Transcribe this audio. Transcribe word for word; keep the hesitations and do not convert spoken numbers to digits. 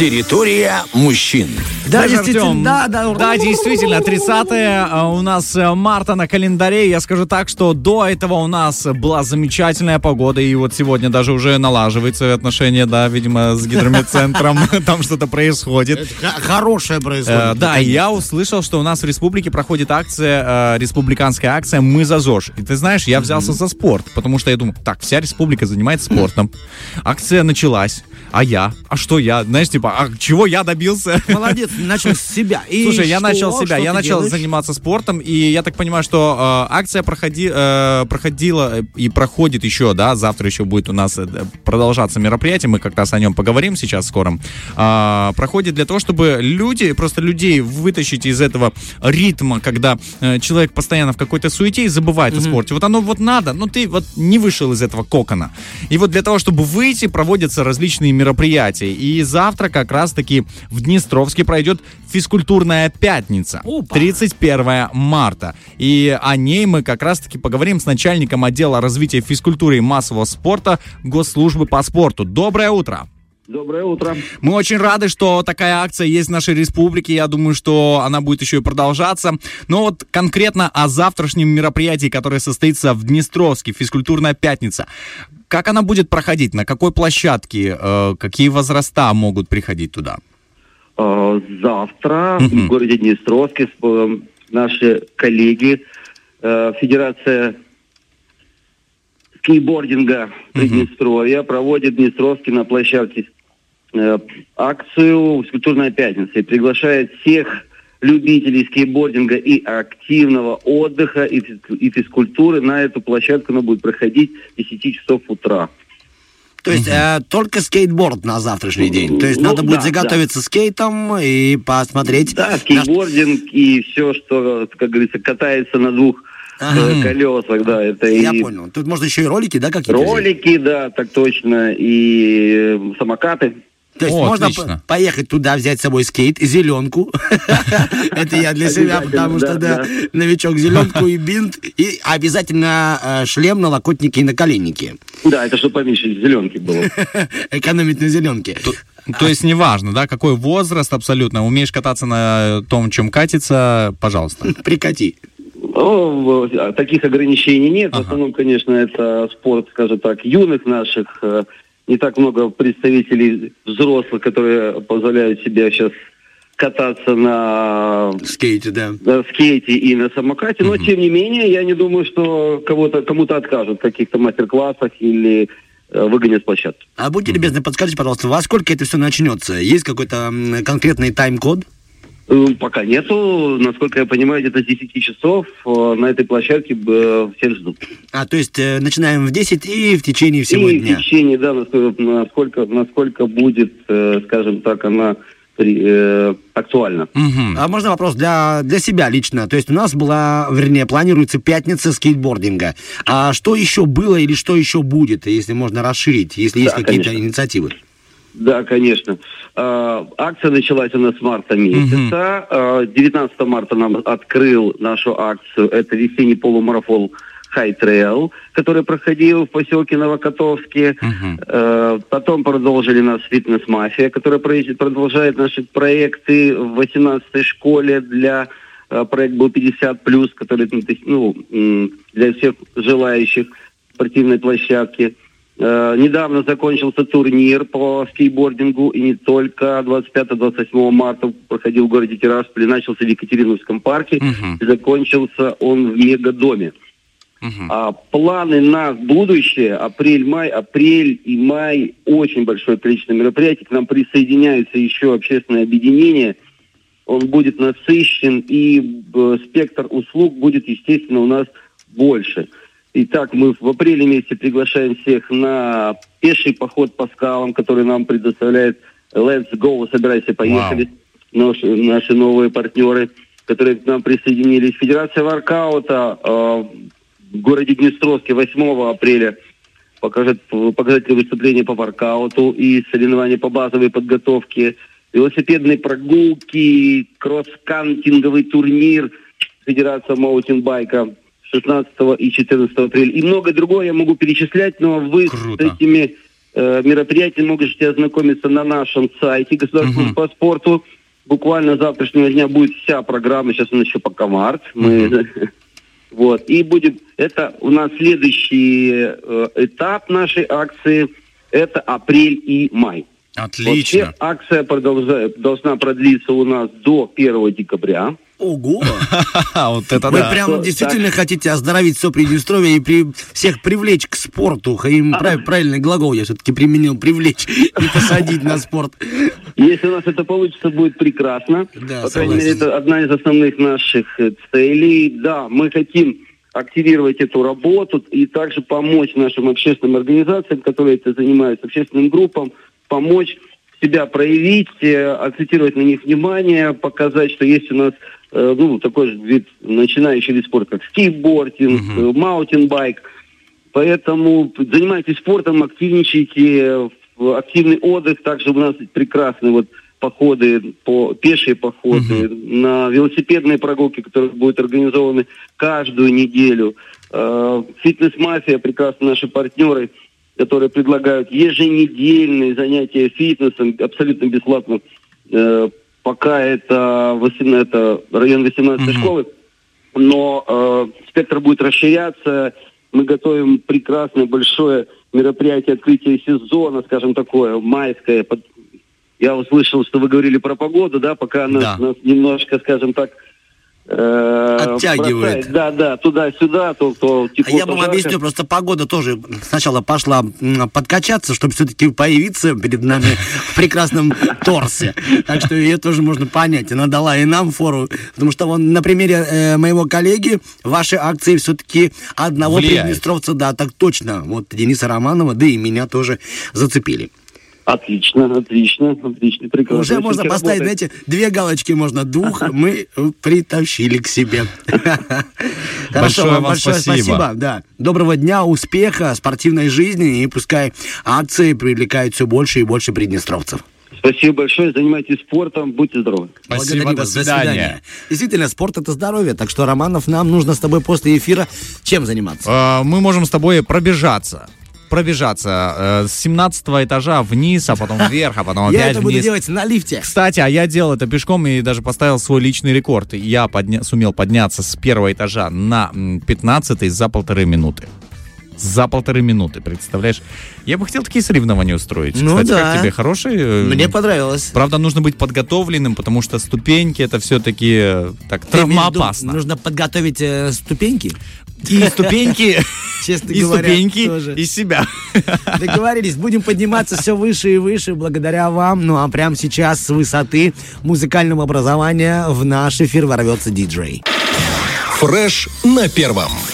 Территория мужчин. Да, Даже, действительно, Артем, да, да. Да, действительно, тридцатое у нас марта на календаре. Я скажу так, что до этого у нас была замечательная погода, и вот сегодня даже уже налаживаются отношения, да, видимо, с гидрометцентром. Там что-то происходит. Хорошее происходит. Да, и я услышал, что у нас в республике проходит акция, республиканская акция «Мы за ЗОЖ». И ты знаешь, я взялся за спорт, потому что я думаю, так, вся республика занимается спортом. Акция началась. А я? А что я? Знаешь, типа, а чего я добился? Молодец, начал с себя. И Слушай, я что? начал с себя, Что я ты начал делаешь? заниматься спортом, и я так понимаю, что э, акция проходи, э, проходила и проходит еще, да, завтра еще будет у нас продолжаться мероприятие, мы как раз о нем поговорим сейчас скоро. Э, проходит для того, чтобы люди, просто людей вытащить из этого ритма, когда э, человек постоянно в какой-то суете и забывает mm-hmm. о спорте. Вот оно вот надо, но ты вот не вышел из этого кокона. И вот для того, чтобы выйти, проводятся различные мероприятия. И завтра как раз-таки в Днестровске пройдет физкультурная пятница, Опа. тридцать первое марта. И о ней мы как раз-таки поговорим с начальником отдела развития физкультуры и массового спорта Госслужбы по спорту. Доброе утро! Доброе утро. Мы очень рады, что такая акция есть в нашей республике. Я думаю, что она будет еще и продолжаться. Но вот конкретно о завтрашнем мероприятии, которое состоится в Днестровске, физкультурная пятница. Как она будет проходить? На какой площадке? Э, какие возраста могут приходить туда? Завтра Мгм. в городе Днестровске э, наши коллеги, э, Федерация скейтбординга Приднестровья проводит в Днестровске на площадке э, акцию «Физкультурная пятница» и приглашает всех любителей скейтбординга и активного отдыха и, физ- и физкультуры на эту площадку. Она будет проходить с десяти часов утра. То есть э, только скейтборд на завтрашний день. То есть Ну, надо будет да, заготовиться скейтом и посмотреть. Да, скейтбординг и все, что, как говорится, катается на двух Ага. э, колесах, да, это Я и понял. Тут можно еще и ролики, да, какие-то взять? ролики, да, так точно, и э, самокаты. То есть О, можно отлично. по- поехать туда, взять с собой скейт, зеленку. Это я для себя, Обязательно, потому что, да, да, да. новичок, зеленку и бинт. И обязательно э, шлем, налокотники и наколенники. Да, это чтобы поменьше зеленки было. Экономить на зеленке. То есть неважно, да, какой возраст абсолютно. Умеешь кататься на том, чем катится, пожалуйста. Прикати. Ну, в- таких ограничений нет. В Ага. основном, конечно, это спорт, скажем так, юных наших. Э, Не так много представителей взрослых, которые позволяют себе сейчас кататься на Скейте, да. на скейте и на самокате, но Мгм. тем не менее, я не думаю, что кого-то, кому-то откажут в каких-то мастер-классах или э, выгонят с площадки. А будьте любезны, подскажите, пожалуйста, во сколько это все начнется? Есть какой-то м, конкретный тайм-код? Э, Пока нету, насколько я понимаю, где-то с десяти часов э, на этой площадке э, все ждут. А, то есть э, начинаем в десять и в течение всего и дня. в течение, да, насколько, насколько, насколько будет, э, скажем так, она при- э, актуальна. Мгм. А можно вопрос для, для себя лично? То есть у нас была, вернее, планируется пятница скейтбординга. А что еще было или что еще будет, если можно расширить, если есть Да, какие-то конечно. инициативы? Да, конечно. А, акция началась у нас с марта месяца. А, девятнадцатого марта нам открыл нашу акцию. Это весенний полумарафон High Trail, который проходил в поселке Новокотовске. Мгм. Э, Потом продолжили нас «Фитнес-мафия», которая проезд- продолжает наши проекты в восемнадцатой школе для... э, Проект был пятьдесят плюс, который ну, то есть, ну, м, для всех желающих спортивной площадки. Э, Недавно закончился турнир по скейтбордингу, и не только. двадцать пятого двадцать восьмого марта проходил в городе Тирасполе, начался в Екатериновском парке, Мгм. и закончился он в Мегадоме. Мгм. А планы на будущее, апрель-май, апрель и май, очень большое количество мероприятий. К нам присоединяются еще общественные объединения. Он будет насыщен, и э, спектр услуг будет, естественно, у нас больше. Итак, мы в апреле месяце приглашаем всех на пеший поход по скалам, который нам предоставляет Let's Go, собирайся, поехали. Наши, наши новые партнеры, которые к нам присоединились. Федерация воркаута э, в городе Днестровске восьмого апреля покажет показательные выступления по воркауту и соревнования по базовой подготовке, велосипедные прогулки, кросс-кантинговый турнир Федерация маунтинбайка шестнадцатого и четырнадцатого апреля. И многое другое я могу перечислять, но вы Круто. с этими э, мероприятиями можете ознакомиться на нашем сайте Государственного uh-huh. по спорту. Буквально с завтрашнего дня будет вся программа, сейчас у нас еще пока март. Мы, uh-huh. вот, и будет, это у нас следующий э, этап нашей акции, это апрель и май. Отлично. Вообще акция продолжает, должна продлиться у нас до первого декабря. Ого! Вот это Вы да. прям действительно хотите оздоровить все Приднестровье и при... всех привлечь к спорту. Им прав... правильный глагол я все-таки применил, привлечь и посадить на спорт. Если у нас это получится, будет прекрасно. Да, По крайней мере, это одна из основных наших целей. Да, мы хотим активировать эту работу и также помочь нашим общественным организациям, которые этим занимаются, общественным группам, помочь себя проявить, акцентировать на них внимание, показать, что есть у нас э, ну, такой же вид, начинающий вид спорта, как скейтбординг, uh-huh. маунтинбайк. Поэтому занимайтесь спортом, активничайте, активный отдых. Также у нас прекрасные вот походы, по, пешие походы, uh-huh. на велосипедные прогулки, которые будут организованы каждую неделю. Э, Фитнес-мафия, прекрасно наши партнеры, которые предлагают еженедельные занятия фитнесом абсолютно бесплатно. Э, пока это, восемнадцать, это район восемнадцатой mm-hmm. школы, но э, спектр будет расширяться. Мы готовим прекрасное большое мероприятие открытия сезона, скажем такое, майское. Я услышал, что вы говорили про погоду, да, пока нас, да. нас немножко, скажем так, оттягивает. Бросает. Да, да, туда-сюда, то, то тепло. А я вам объясню, просто погода тоже сначала пошла подкачаться, чтобы все-таки появиться перед нами в прекрасном торсе. Так что ее тоже можно понять. Она дала и нам фору, потому что вон, на примере э, моего коллеги ваши акции все-таки одного приднестровца, да, так точно. Вот Дениса Романова, да и меня тоже зацепили. Отлично, отлично, отлично, прекрасно. Уже можно поставить, работает. Знаете, две галочки можно, двух мы притащили к себе. Хорошо, вам большое спасибо. Да. Доброго дня, успеха, спортивной жизни, и пускай акции привлекают все больше и больше приднестровцев. Спасибо большое, занимайтесь спортом, будьте здоровы. Спасибо, до свидания. Действительно, спорт — это здоровье, так что, Романов, нам нужно с тобой после эфира чем заниматься? Мы можем с тобой пробежаться. пробежаться э, с семнадцатого этажа вниз, а потом вверх, а потом опять вниз. Я это буду делать на лифте. Кстати, а я делал это пешком и даже поставил свой личный рекорд. Я подня- сумел подняться с первого этажа на пятнадцатый за полторы минуты. За полторы минуты, представляешь? Я бы хотел такие соревнования устроить. Ну, кстати, да. Как тебе? Хорошие? Мне понравилось. Правда, нужно быть подготовленным, потому что ступеньки это все-таки так травмоопасно. Нужно подготовить э, ступеньки. И ступеньки, честно и говоря, ступеньки, тоже. И себя. Договорились, будем подниматься все выше и выше благодаря вам. Ну а прямо сейчас с высоты музыкального образования в наш эфир ворвется диджей. Фреш на первом.